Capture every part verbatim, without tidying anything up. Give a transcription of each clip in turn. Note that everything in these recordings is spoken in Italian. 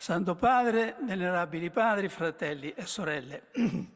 Santo Padre, venerabili padri, fratelli e sorelle,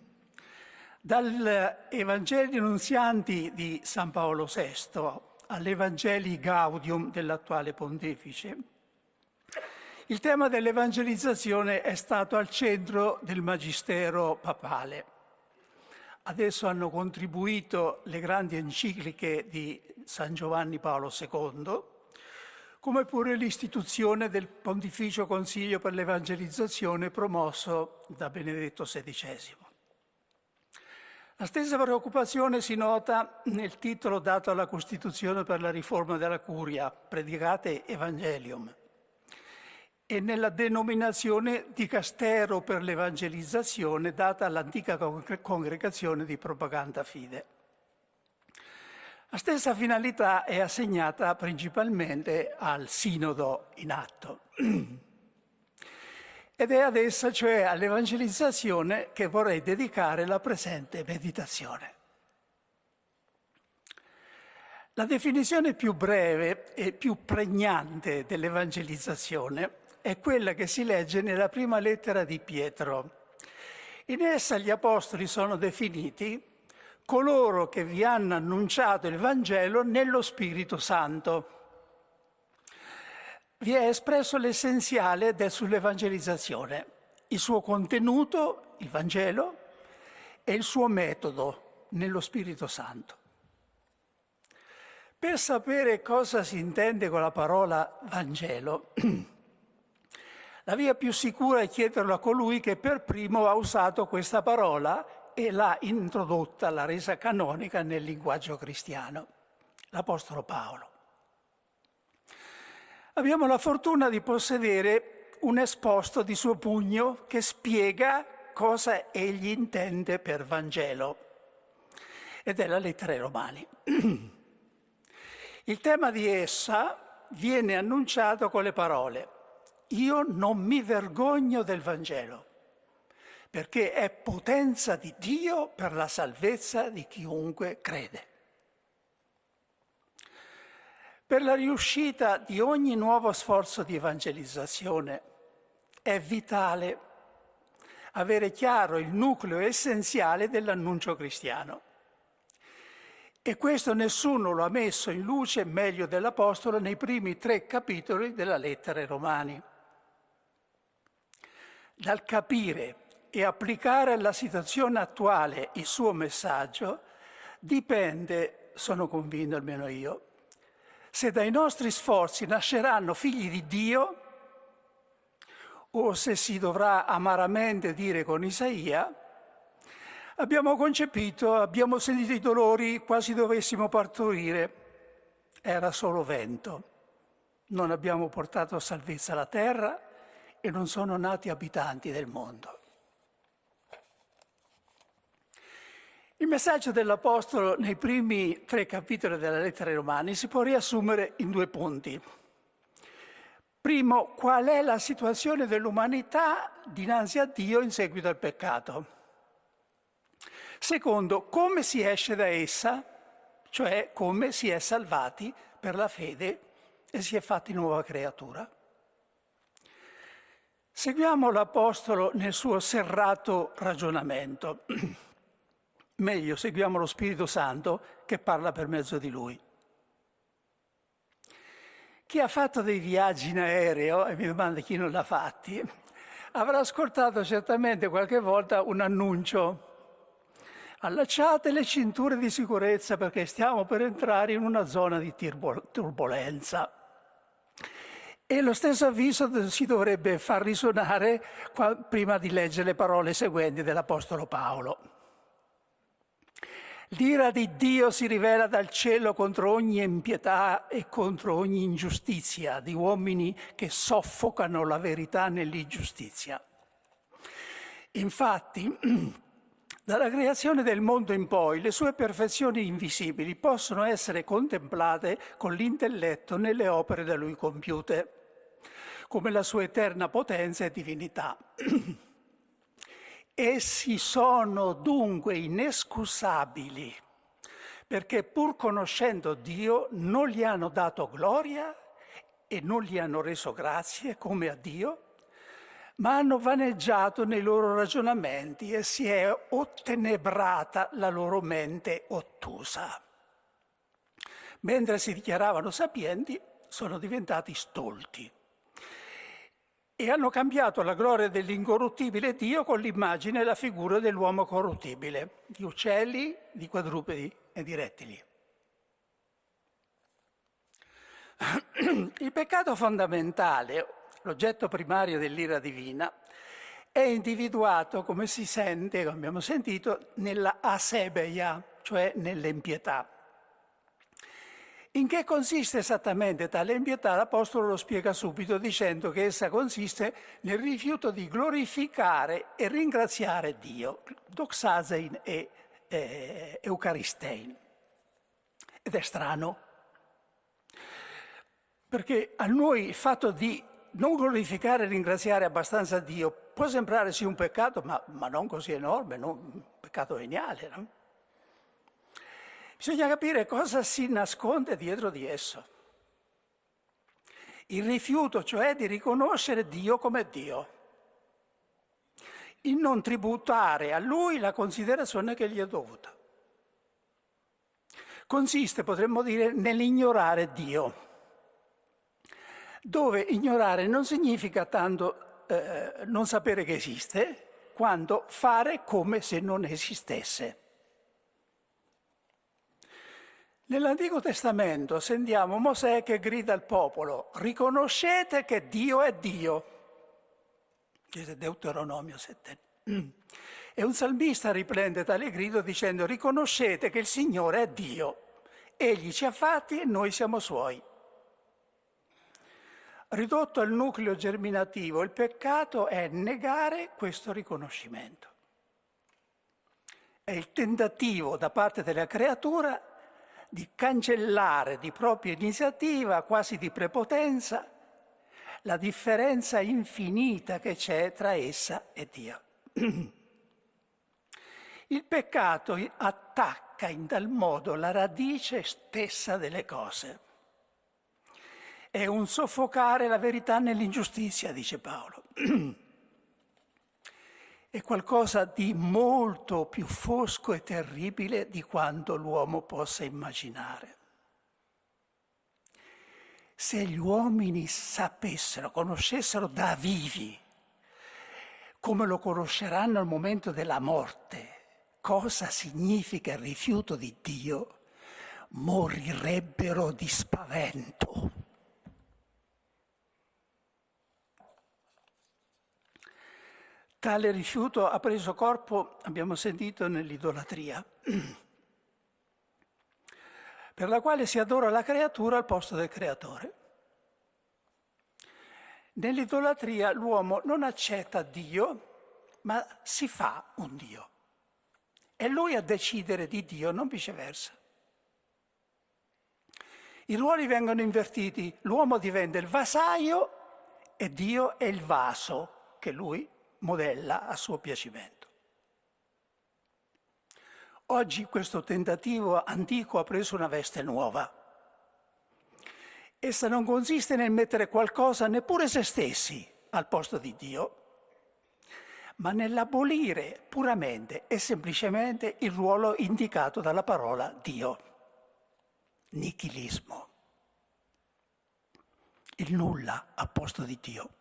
dall'Evangelii Nunzianti di San Paolo sesto all'Evangelii Gaudium dell'attuale pontefice, il tema dell'evangelizzazione è stato al centro del magistero papale. Adesso hanno contribuito le grandi encicliche di San Giovanni Paolo secondo, come pure l'istituzione del Pontificio Consiglio per l'Evangelizzazione promosso da Benedetto sedicesimo. La stessa preoccupazione si nota nel titolo dato alla Costituzione per la riforma della Curia, Predicate Evangelium, e nella denominazione Dicastero per l'Evangelizzazione data all'antica congregazione di Propaganda Fide. La stessa finalità è assegnata principalmente al Sinodo in atto ed è ad essa, cioè all'evangelizzazione, che vorrei dedicare la presente meditazione. La definizione più breve e più pregnante dell'evangelizzazione è quella che si legge nella prima lettera di Pietro. In essa gli apostoli sono definiti coloro che vi hanno annunciato il Vangelo nello Spirito Santo. Vi è espresso l'essenziale del sull'evangelizzazione, il suo contenuto, il Vangelo, e il suo metodo, nello Spirito Santo. Per sapere cosa si intende con la parola Vangelo, la via più sicura è chiederlo a colui che per primo ha usato questa parola e l'ha introdotta, l'ha resa canonica nel linguaggio cristiano, l'Apostolo Paolo. Abbiamo la fortuna di possedere un esposto di suo pugno che spiega cosa egli intende per Vangelo, ed è la lettera ai Romani. Il tema di essa viene annunciato con le parole: io non mi vergogno del Vangelo, perché è potenza di Dio per la salvezza di chiunque crede. Per la riuscita di ogni nuovo sforzo di evangelizzazione è vitale avere chiaro il nucleo essenziale dell'annuncio cristiano. E questo nessuno lo ha messo in luce meglio dell'Apostolo nei primi tre capitoli della lettera ai Romani. Dal capire e applicare alla situazione attuale il suo messaggio dipende, sono convinto almeno io, se dai nostri sforzi nasceranno figli di Dio o se si dovrà amaramente dire con Isaia: abbiamo concepito, abbiamo sentito i dolori, quasi dovessimo partorire, era solo vento, non abbiamo portato salvezza alla terra e non sono nati abitanti del mondo. Il messaggio dell'Apostolo nei primi tre capitoli della lettera ai Romani si può riassumere in due punti. Primo, qual è la situazione dell'umanità dinanzi a Dio in seguito al peccato? Secondo, come si esce da essa, cioè come si è salvati per la fede e si è fatti nuova creatura. Seguiamo l'Apostolo nel suo serrato ragionamento. Meglio, seguiamo lo Spirito Santo che parla per mezzo di lui. Chi ha fatto dei viaggi in aereo, e mi domanda chi non l'ha fatti, avrà ascoltato certamente qualche volta un annuncio: allacciate le cinture di sicurezza perché stiamo per entrare in una zona di turbolenza. E lo stesso avviso si dovrebbe far risuonare prima di leggere le parole seguenti dell'Apostolo Paolo. L'ira di Dio si rivela dal cielo contro ogni impietà e contro ogni ingiustizia di uomini che soffocano la verità nell'ingiustizia. Infatti, dalla creazione del mondo in poi, le sue perfezioni invisibili possono essere contemplate con l'intelletto nelle opere da lui compiute, come la sua eterna potenza e divinità. Essi sono dunque inescusabili, perché pur conoscendo Dio non gli hanno dato gloria e non gli hanno reso grazie come a Dio, ma hanno vaneggiato nei loro ragionamenti e si è ottenebrata la loro mente ottusa. Mentre si dichiaravano sapienti, sono diventati stolti e hanno cambiato la gloria dell'incorruttibile Dio con l'immagine e la figura dell'uomo corruttibile, di uccelli, di quadrupedi e di rettili. Il peccato fondamentale, l'oggetto primario dell'ira divina, è individuato, come si sente, come abbiamo sentito, nella asebeia, cioè nell'impietà. In che consiste esattamente tale impietà? L'Apostolo lo spiega subito dicendo che essa consiste nel rifiuto di glorificare e ringraziare Dio, doxasein e eh, eucaristein. Ed è strano, perché a noi il fatto di non glorificare e ringraziare abbastanza Dio può sembrare sì un peccato, ma, ma non così enorme, non, un peccato veniale, no? Bisogna capire cosa si nasconde dietro di esso. Il rifiuto, cioè, di riconoscere Dio come Dio. Il non tributare a Lui la considerazione che gli è dovuta. Consiste, potremmo dire, nell'ignorare Dio, dove ignorare non significa tanto eh, non sapere che esiste, quanto fare come se non esistesse. Nell'Antico Testamento sentiamo Mosè che grida al popolo: riconoscete che Dio è Dio. Deuteronomio sette. E un salmista riprende tale grido dicendo: riconoscete che il Signore è Dio, Egli ci ha fatti e noi siamo Suoi. Ridotto al nucleo germinativo, il peccato è negare questo riconoscimento. È il tentativo da parte della creatura di cancellare di propria iniziativa, quasi di prepotenza, la differenza infinita che c'è tra essa e Dio. Il peccato attacca in tal modo la radice stessa delle cose. È un soffocare la verità nell'ingiustizia, dice Paolo. È qualcosa di molto più fosco e terribile di quanto l'uomo possa immaginare. Se gli uomini sapessero, conoscessero da vivi, come lo conosceranno al momento della morte, cosa significa il rifiuto di Dio, morirebbero di spavento. Tale rifiuto ha preso corpo, abbiamo sentito, nell'idolatria, per la quale si adora la creatura al posto del creatore. Nell'idolatria l'uomo non accetta Dio, ma si fa un Dio. È lui a decidere di Dio, non viceversa. I ruoli vengono invertiti, l'uomo diventa il vasaio e Dio è il vaso che lui modella a suo piacimento. Oggi questo tentativo antico ha preso una veste nuova. Essa non consiste nel mettere qualcosa, neppure se stessi, al posto di Dio, ma nell'abolire puramente e semplicemente il ruolo indicato dalla parola Dio. Nichilismo. Il nulla al posto di Dio.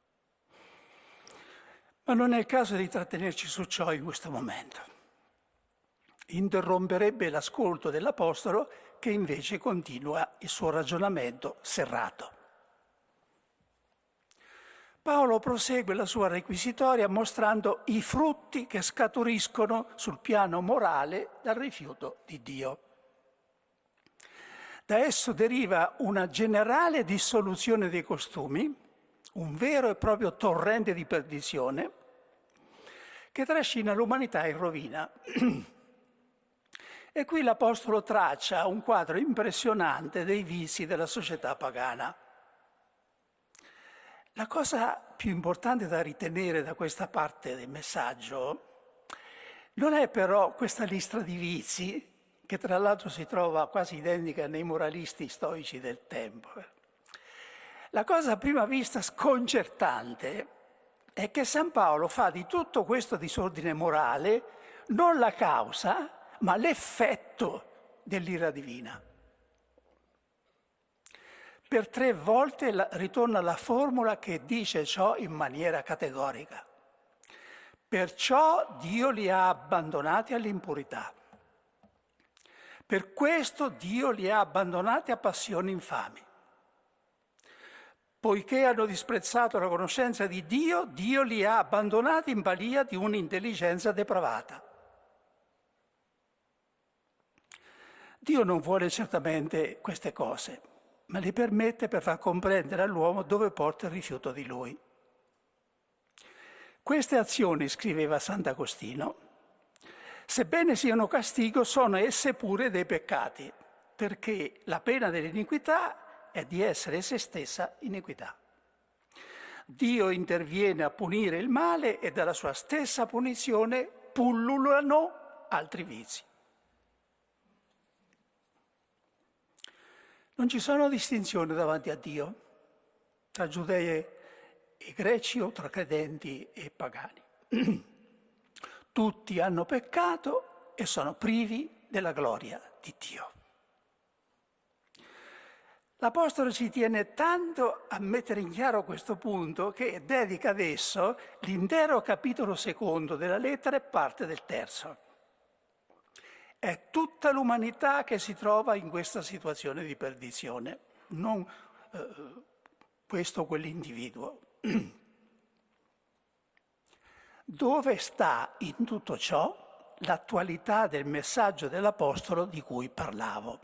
Ma non è il caso di trattenerci su ciò in questo momento. Interromperebbe l'ascolto dell'Apostolo, che invece continua il suo ragionamento serrato. Paolo prosegue la sua requisitoria mostrando i frutti che scaturiscono sul piano morale dal rifiuto di Dio. Da esso deriva una generale dissoluzione dei costumi, un vero e proprio torrente di perdizione, che trascina l'umanità in rovina. E qui l'Apostolo traccia un quadro impressionante dei vizi della società pagana. La cosa più importante da ritenere da questa parte del messaggio non è però questa lista di vizi, che tra l'altro si trova quasi identica nei moralisti stoici del tempo. La cosa a prima vista sconcertante è che San Paolo fa di tutto questo disordine morale non la causa, ma l'effetto dell'ira divina. Per tre volte la, ritorna la formula che dice ciò in maniera categorica. Perciò Dio li ha abbandonati all'impurità. Per questo Dio li ha abbandonati a passioni infami. Poiché hanno disprezzato la conoscenza di Dio, Dio li ha abbandonati in balia di un'intelligenza depravata. Dio non vuole certamente queste cose, ma le permette per far comprendere all'uomo dove porta il rifiuto di Lui. Queste azioni, scriveva Sant'Agostino, sebbene siano castigo, sono esse pure dei peccati, perché la pena dell'iniquità è di essere essa stessa iniquità. Dio interviene a punire il male e dalla sua stessa punizione pullulano altri vizi. Non ci sono distinzioni davanti a Dio tra giudei e greci o tra credenti e pagani. Tutti hanno peccato e sono privi della gloria di Dio. L'Apostolo ci tiene tanto a mettere in chiaro questo punto che dedica adesso l'intero capitolo secondo della lettera e parte del terzo. È tutta l'umanità che si trova in questa situazione di perdizione, non eh, questo o quell'individuo. Dove sta in tutto ciò l'attualità del messaggio dell'Apostolo di cui parlavo?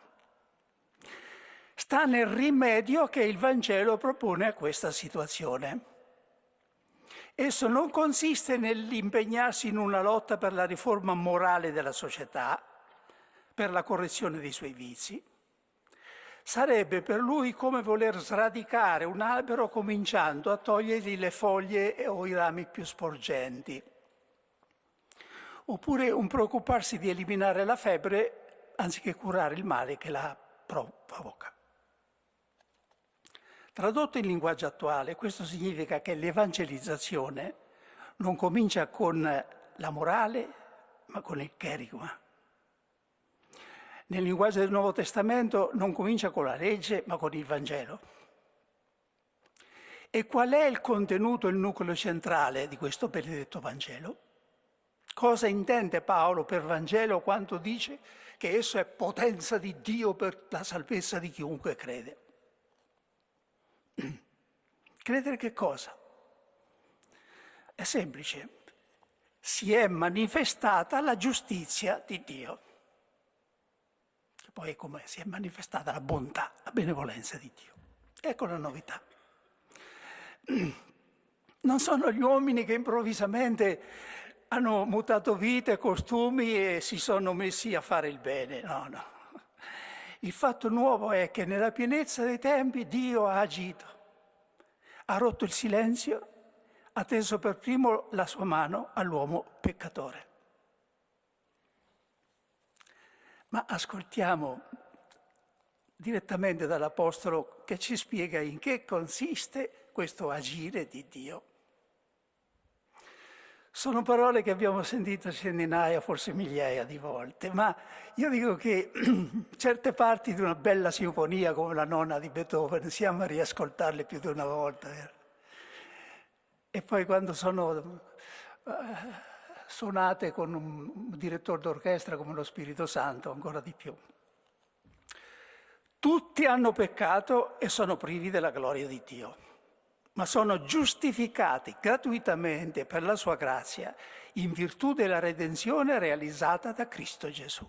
Sta nel rimedio che il Vangelo propone a questa situazione. Esso non consiste nell'impegnarsi in una lotta per la riforma morale della società, per la correzione dei suoi vizi. Sarebbe per lui come voler sradicare un albero cominciando a togliergli le foglie o i rami più sporgenti. Oppure un preoccuparsi di eliminare la febbre anziché curare il male che la provoca. Tradotto in linguaggio attuale, questo significa che l'evangelizzazione non comincia con la morale, ma con il cherigma. Nel linguaggio del Nuovo Testamento non comincia con la legge, ma con il Vangelo. E qual è il contenuto, il nucleo centrale di questo benedetto Vangelo? Cosa intende Paolo per Vangelo quando dice che esso è potenza di Dio per la salvezza di chiunque crede? Credere che cosa? È semplice. Si è manifestata la giustizia di Dio. Poi è come si è manifestata la bontà, la benevolenza di Dio. Ecco la novità. Non sono gli uomini che improvvisamente hanno mutato vite, costumi e si sono messi a fare il bene. No, no. Il fatto nuovo è che nella pienezza dei tempi Dio ha agito, ha rotto il silenzio, ha teso per primo la sua mano all'uomo peccatore. Ma ascoltiamo direttamente dall'Apostolo che ci spiega in che consiste questo agire di Dio. Sono parole che abbiamo sentito centinaia, forse migliaia di volte, ma io dico che certe parti di una bella sinfonia come la nona di Beethoven siamo a riascoltarle più di una volta. Vero? E poi quando sono uh, suonate con un direttore d'orchestra come lo Spirito Santo, ancora di più. Tutti hanno peccato e sono privi della gloria di Dio, ma sono giustificati gratuitamente per la sua grazia in virtù della redenzione realizzata da Cristo Gesù.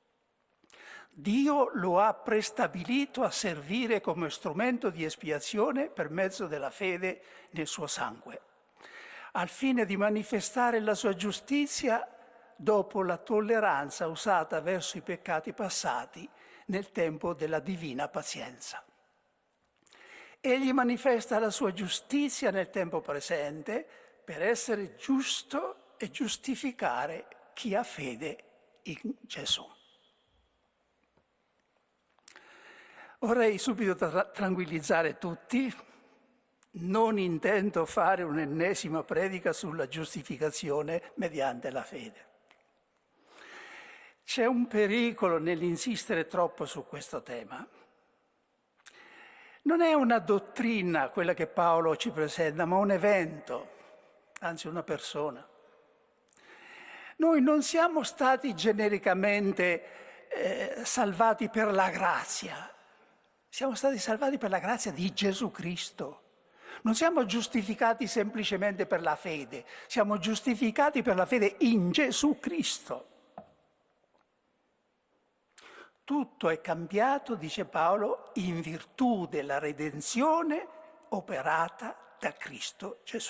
Dio lo ha prestabilito a servire come strumento di espiazione per mezzo della fede nel suo sangue, al fine di manifestare la sua giustizia dopo la tolleranza usata verso i peccati passati nel tempo della divina pazienza. Egli manifesta la sua giustizia nel tempo presente per essere giusto e giustificare chi ha fede in Gesù. Vorrei subito tra- tranquillizzare tutti. Non intendo fare un'ennesima predica sulla giustificazione mediante la fede. C'è un pericolo nell'insistere troppo su questo tema. Non è una dottrina quella che Paolo ci presenta, ma un evento, anzi una persona. Noi non siamo stati genericamente eh, salvati per la grazia, siamo stati salvati per la grazia di Gesù Cristo. Non siamo giustificati semplicemente per la fede, siamo giustificati per la fede in Gesù Cristo. Tutto è cambiato, dice Paolo, in virtù della redenzione operata da Cristo Gesù.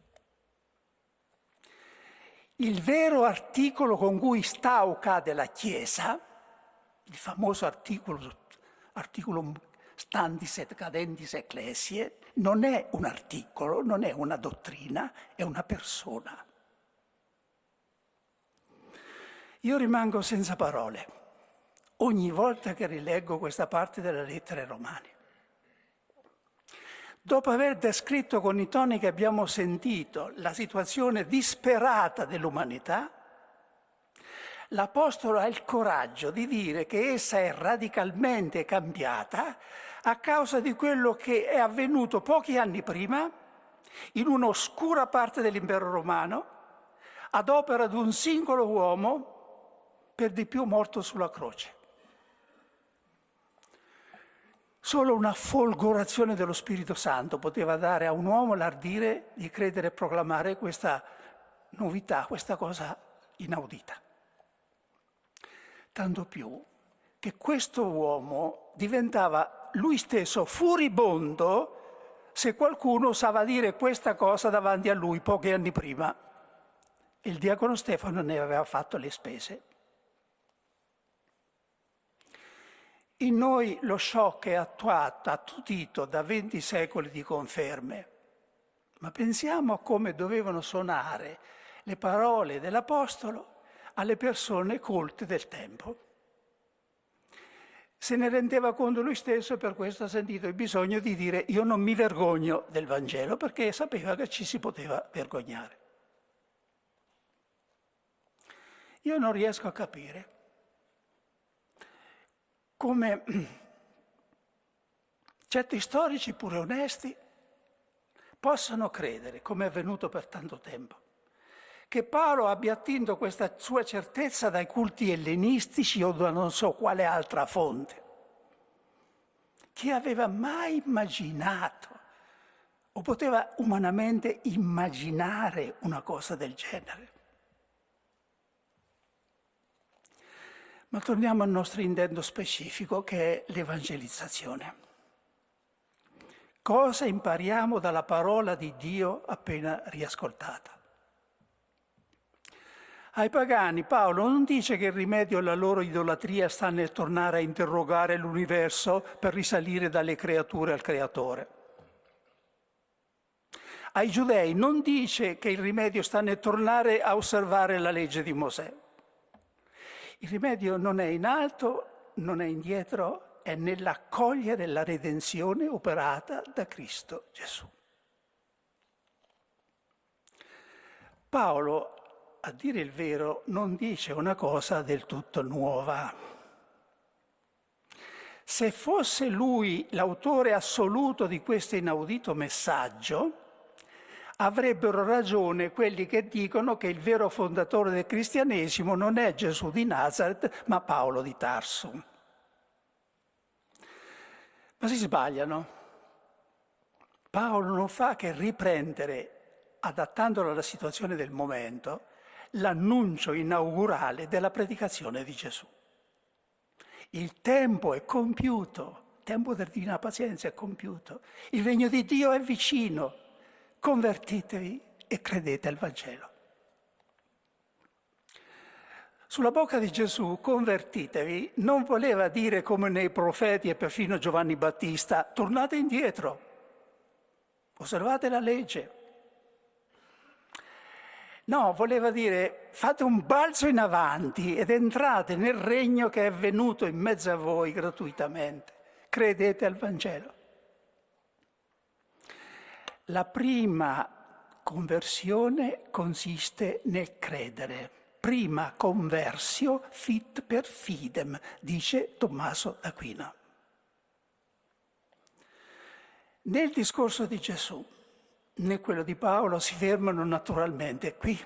Il vero articolo con cui sta o cade la Chiesa, il famoso articolo, articolo standis et cadendis ecclesiae, non è un articolo, non è una dottrina, è una persona. Io rimango senza parole ogni volta che rileggo questa parte della lettera ai Romani. Dopo aver descritto con i toni che abbiamo sentito la situazione disperata dell'umanità, l'Apostolo ha il coraggio di dire che essa è radicalmente cambiata a causa di quello che è avvenuto pochi anni prima in un'oscura parte dell'impero romano ad opera di un singolo uomo, per di più morto sulla croce. Solo una folgorazione dello Spirito Santo poteva dare a un uomo l'ardire di credere e proclamare questa novità, questa cosa inaudita. Tanto più che questo uomo diventava lui stesso furibondo se qualcuno osava dire questa cosa davanti a lui pochi anni prima. Il diacono Stefano ne aveva fatto le spese. In noi lo shock è attuato, attutito da venti secoli di conferme, ma pensiamo a come dovevano suonare le parole dell'Apostolo alle persone colte del tempo. Se ne rendeva conto lui stesso e per questo ha sentito il bisogno di dire io non mi vergogno del Vangelo, perché sapeva che ci si poteva vergognare. Io non riesco a capire come certi storici, pure onesti, possano credere, come è avvenuto per tanto tempo, che Paolo abbia attinto questa sua certezza dai culti ellenistici o da non so quale altra fonte. Chi aveva mai immaginato o poteva umanamente immaginare una cosa del genere? Ma torniamo al nostro intento specifico, che è l'evangelizzazione. Cosa impariamo dalla parola di Dio appena riascoltata? Ai pagani Paolo non dice che il rimedio alla loro idolatria sta nel tornare a interrogare l'universo per risalire dalle creature al creatore. Ai giudei non dice che il rimedio sta nel tornare a osservare la legge di Mosè. Il rimedio non è in alto, non è indietro, è nell'accogliere la redenzione operata da Cristo Gesù. Paolo, a dire il vero, non dice una cosa del tutto nuova. Se fosse lui l'autore assoluto di questo inaudito messaggio, avrebbero ragione quelli che dicono che il vero fondatore del cristianesimo non è Gesù di Nazareth, ma Paolo di Tarso. Ma si sbagliano. Paolo non fa che riprendere, adattandolo alla situazione del momento, l'annuncio inaugurale della predicazione di Gesù. Il tempo è compiuto, il tempo della divina pazienza è compiuto, il regno di Dio è vicino. Convertitevi e credete al Vangelo. Sulla bocca di Gesù, convertitevi, non voleva dire come nei profeti e perfino Giovanni Battista, tornate indietro, osservate la legge. No, voleva dire fate un balzo in avanti ed entrate nel regno che è venuto in mezzo a voi gratuitamente. Credete al Vangelo. La prima conversione consiste nel credere. Prima conversio fit per fidem, dice Tommaso d'Aquino. Nel discorso di Gesù, né quello di Paolo, si fermano naturalmente qui.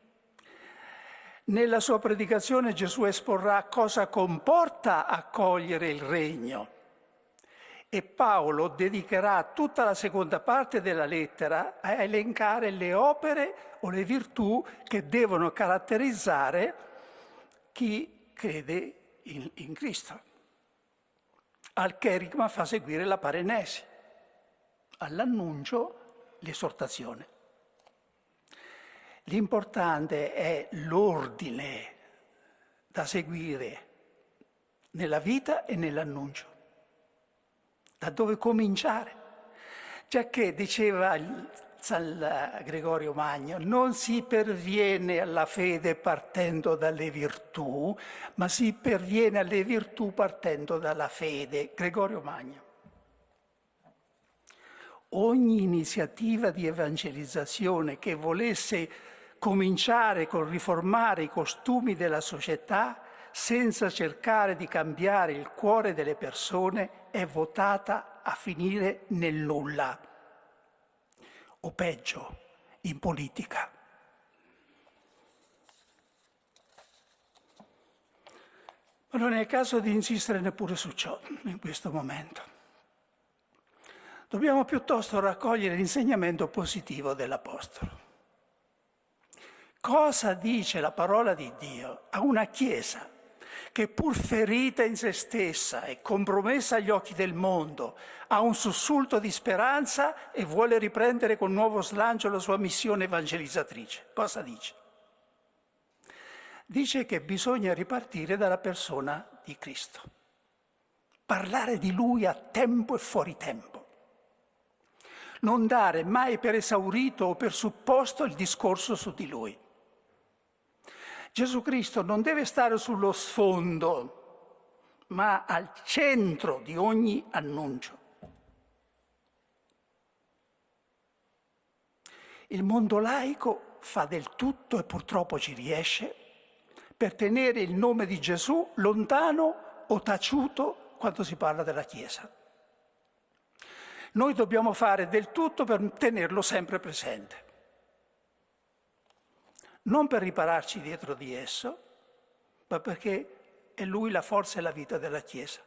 Nella sua predicazione Gesù esporrà cosa comporta accogliere il regno e Paolo dedicherà tutta la seconda parte della lettera a elencare le opere o le virtù che devono caratterizzare chi crede in, in Cristo. Al cherigma fa seguire la parenesi, all'annuncio l'esortazione. L'importante è l'ordine da seguire nella vita e nell'annuncio, da dove cominciare. Giacché diceva San Gregorio Magno, non si perviene alla fede partendo dalle virtù, ma si perviene alle virtù partendo dalla fede. Gregorio Magno. Ogni iniziativa di evangelizzazione che volesse cominciare col riformare i costumi della società senza cercare di cambiare il cuore delle persone è votata a finire nel nulla, o peggio, in politica. Ma non è il caso di insistere neppure su ciò in questo momento. Dobbiamo piuttosto raccogliere l'insegnamento positivo dell'Apostolo. Cosa dice la parola di Dio a una Chiesa che pur ferita in se stessa e compromessa agli occhi del mondo ha un sussulto di speranza e vuole riprendere con nuovo slancio la sua missione evangelizzatrice? Cosa dice? Dice che bisogna ripartire dalla persona di Cristo, parlare di Lui a tempo e fuori tempo. Non dare mai per esaurito o per supposto il discorso su di Lui. Gesù Cristo non deve stare sullo sfondo, ma al centro di ogni annuncio. Il mondo laico fa del tutto, e purtroppo ci riesce, per tenere il nome di Gesù lontano o taciuto quando si parla della Chiesa. Noi dobbiamo fare del tutto per tenerlo sempre presente. Non per ripararci dietro di esso, ma perché è Lui la forza e la vita della Chiesa.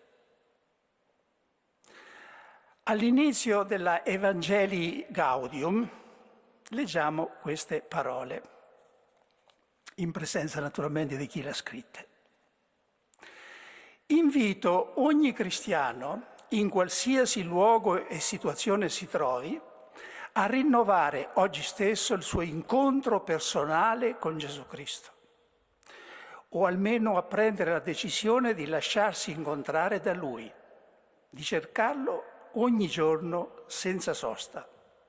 All'inizio della Evangelii Gaudium leggiamo queste parole, in presenza naturalmente di chi le ha scritte. Invito ogni cristiano, in qualsiasi luogo e situazione si trovi, a rinnovare oggi stesso il suo incontro personale con Gesù Cristo, o almeno a prendere la decisione di lasciarsi incontrare da Lui, di cercarlo ogni giorno senza sosta.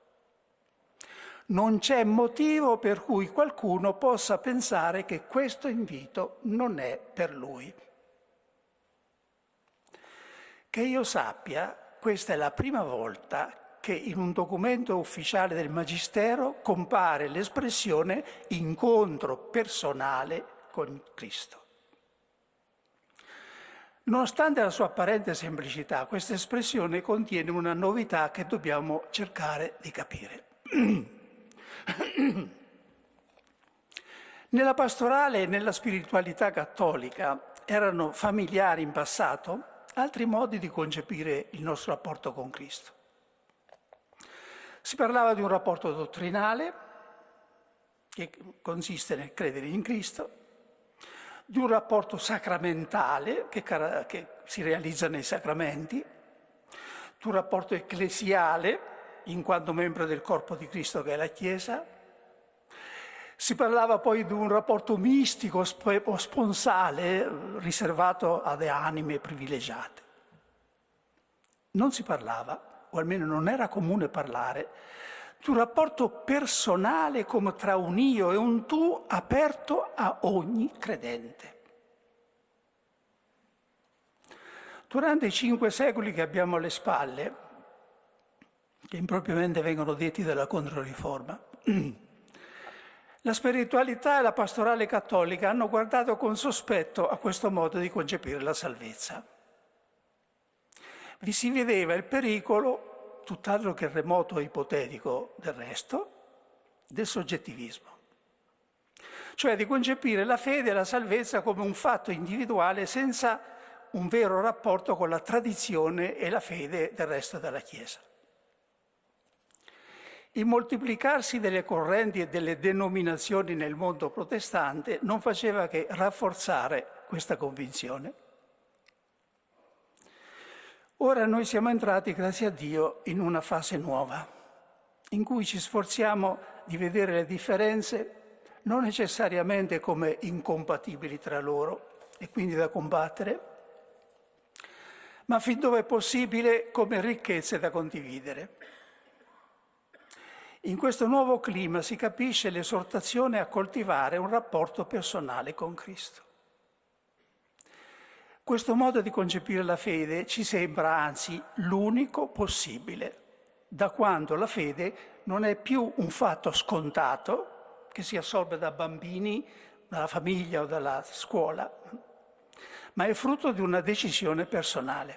Non c'è motivo per cui qualcuno possa pensare che questo invito non è per lui. Che io sappia, questa è la prima volta che in un documento ufficiale del Magistero compare l'espressione incontro personale con Cristo. Nonostante la sua apparente semplicità, questa espressione contiene una novità che dobbiamo cercare di capire. Nella pastorale e nella spiritualità cattolica erano familiari in passato altri modi di concepire il nostro rapporto con Cristo. Si parlava di un rapporto dottrinale, che consiste nel credere in Cristo, di un rapporto sacramentale, che, che si realizza nei sacramenti, di un rapporto ecclesiale, in quanto membro del corpo di Cristo che è la Chiesa. Si parlava poi di un rapporto mistico o sponsale riservato alle anime privilegiate. Non si parlava, o almeno non era comune parlare, di un rapporto personale come tra un io e un tu aperto a ogni credente. Durante i cinque secoli che abbiamo alle spalle, che impropriamente vengono detti dalla Controriforma. La spiritualità e la pastorale cattolica hanno guardato con sospetto a questo modo di concepire la salvezza. Vi si vedeva il pericolo, tutt'altro che remoto e ipotetico del resto, del soggettivismo, cioè di concepire la fede e la salvezza come un fatto individuale senza un vero rapporto con la tradizione e la fede del resto della Chiesa. Il moltiplicarsi delle correnti e delle denominazioni nel mondo protestante non faceva che rafforzare questa convinzione. Ora noi siamo entrati, grazie a Dio, in una fase nuova, in cui ci sforziamo di vedere le differenze non necessariamente come incompatibili tra loro e quindi da combattere, ma fin dove è possibile come ricchezze da condividere. In questo nuovo clima si capisce l'esortazione a coltivare un rapporto personale con Cristo. Questo modo di concepire la fede ci sembra anzi l'unico possibile, da quando la fede non è più un fatto scontato che si assorbe da bambini, dalla famiglia o dalla scuola, ma è frutto di una decisione personale.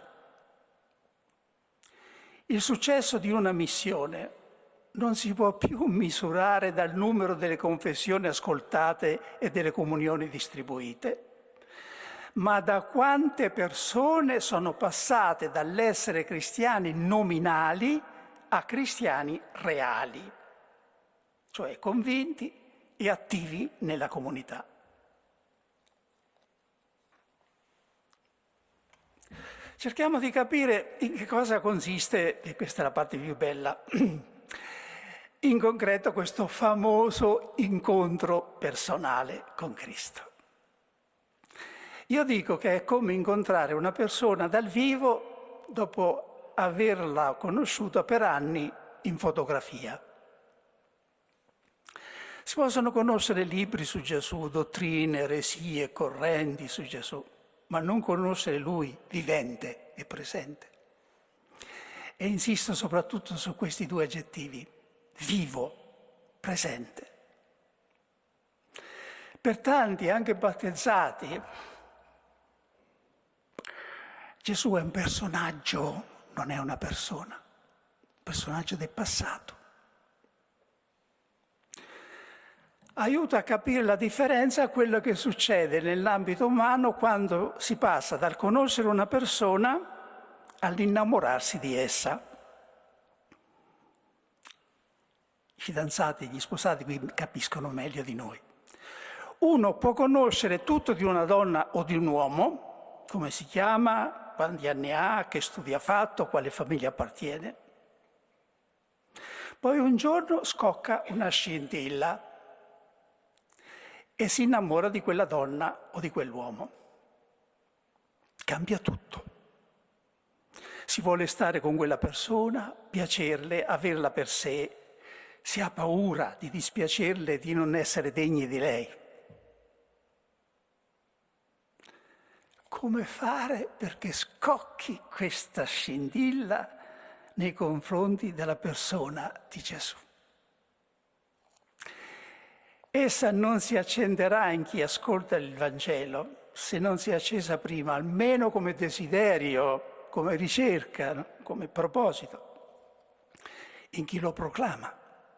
Il successo di una missione non si può più misurare dal numero delle confessioni ascoltate e delle comunioni distribuite, ma da quante persone sono passate dall'essere cristiani nominali a cristiani reali, cioè convinti e attivi nella comunità. Cerchiamo di capire in che cosa consiste, e questa è la parte più bella, in concreto questo famoso incontro personale con Cristo. Io dico che è come incontrare una persona dal vivo dopo averla conosciuta per anni in fotografia. Si possono conoscere libri su Gesù, dottrine, eresie, correnti su Gesù, ma non conoscere Lui vivente e presente. E insisto soprattutto su questi due aggettivi: vivo, presente. Per tanti, anche battezzati, Gesù è un personaggio, non è una persona, un personaggio del passato. Aiuta a capire la differenza a quello che succede nell'ambito umano quando si passa dal conoscere una persona all'innamorarsi di essa. I fidanzati, gli sposati qui capiscono meglio di noi. Uno può conoscere tutto di una donna o di un uomo, come si chiama, quanti anni ha, che studi ha fatto, quale famiglia appartiene. Poi un giorno scocca una scintilla e si innamora di quella donna o di quell'uomo. Cambia tutto. Si vuole stare con quella persona, piacerle, averla per sé. Si ha paura di dispiacerle, di non essere degni di lei. Come fare perché scocchi questa scintilla nei confronti della persona di Gesù? Essa non si accenderà in chi ascolta il Vangelo se non si è accesa prima, almeno come desiderio, come ricerca, come proposito, in chi lo proclama.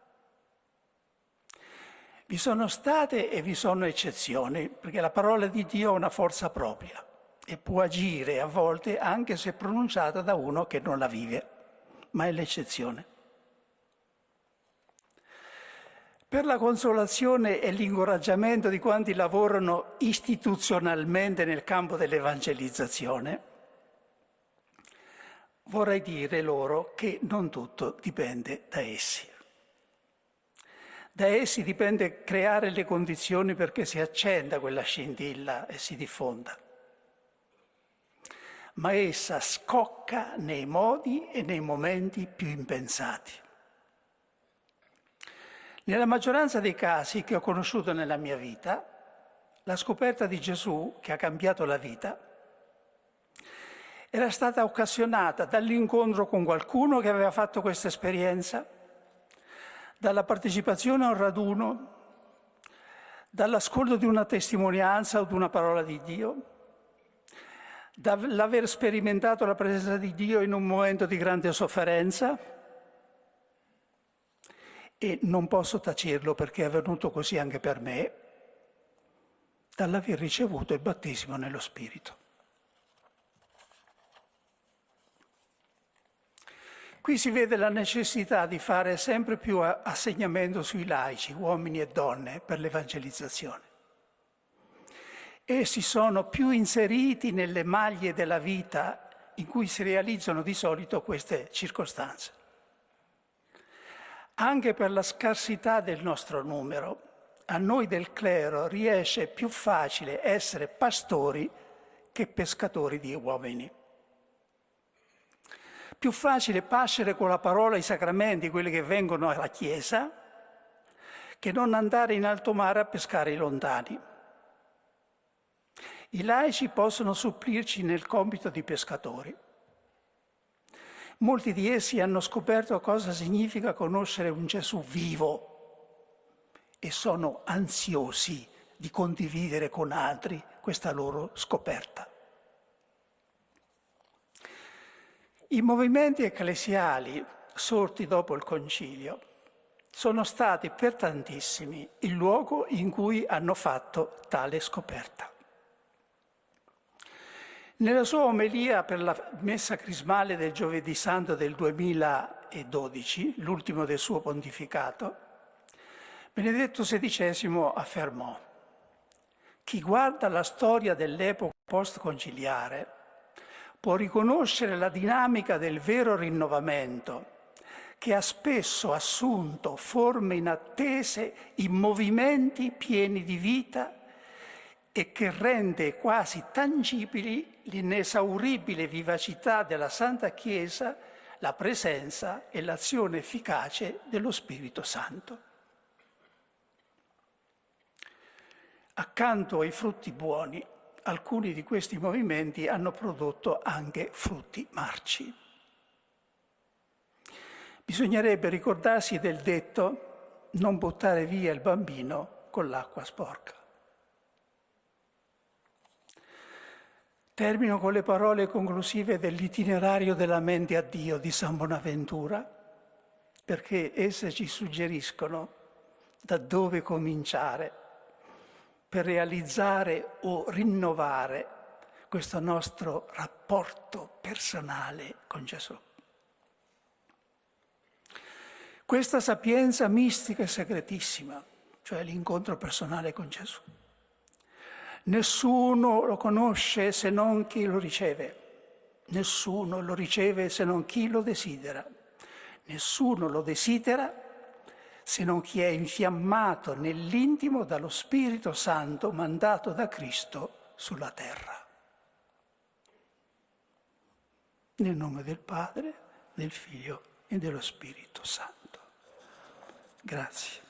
Vi sono state e vi sono eccezioni, perché la parola di Dio ha una forza propria e può agire a volte anche se pronunciata da uno che non la vive, ma è l'eccezione. Per la consolazione e l'incoraggiamento di quanti lavorano istituzionalmente nel campo dell'evangelizzazione, vorrei dire loro che non tutto dipende da essi. Da essi dipende creare le condizioni perché si accenda quella scintilla e si diffonda. Ma essa scocca nei modi e nei momenti più impensati. Nella maggioranza dei casi che ho conosciuto nella mia vita, la scoperta di Gesù, che ha cambiato la vita, Era stata occasionata dall'incontro con qualcuno che aveva fatto questa esperienza, dalla partecipazione a un raduno, dall'ascolto di una testimonianza o di una parola di Dio, dall'aver sperimentato la presenza di Dio in un momento di grande sofferenza. E non posso tacirlo perché è avvenuto così anche per me, dall'aver ricevuto il battesimo nello Spirito. Qui si vede la necessità di fare sempre più assegnamento sui laici, uomini e donne, per l'evangelizzazione. Essi sono più inseriti nelle maglie della vita in cui si realizzano di solito queste circostanze. Anche per la scarsità del nostro numero, a noi del clero riesce più facile essere pastori che pescatori di uomini. Più facile pascere con la parola i sacramenti, quelli che vengono alla Chiesa, che non andare in alto mare a pescare i lontani. I laici possono supplirci nel compito di pescatori. Molti di essi hanno scoperto cosa significa conoscere un Gesù vivo e sono ansiosi di condividere con altri questa loro scoperta. I movimenti ecclesiali sorti dopo il Concilio sono stati per tantissimi il luogo in cui hanno fatto tale scoperta. Nella sua omelia per la messa crismale del Giovedì Santo del duemiladodici, l'ultimo del suo pontificato, Benedetto sedicesimo affermò: chi guarda la storia dell'epoca post-conciliare può riconoscere la dinamica del vero rinnovamento, che ha spesso assunto forme inattese in movimenti pieni di vita e che rende quasi tangibili l'inesauribile vivacità della Santa Chiesa, la presenza e l'azione efficace dello Spirito Santo. Accanto ai frutti buoni, alcuni di questi movimenti hanno prodotto anche frutti marci. Bisognerebbe ricordarsi del detto non buttare via il bambino con l'acqua sporca. Termino con le parole conclusive dell'Itinerario della mente a Dio di San Bonaventura, perché esse ci suggeriscono da dove cominciare per realizzare o rinnovare questo nostro rapporto personale con Gesù. Questa sapienza mistica e segretissima, cioè l'incontro personale con Gesù, nessuno lo conosce se non chi lo riceve, nessuno lo riceve se non chi lo desidera, nessuno lo desidera se non chi è infiammato nell'intimo dallo Spirito Santo mandato da Cristo sulla terra. Nel nome del Padre, del Figlio e dello Spirito Santo. Grazie.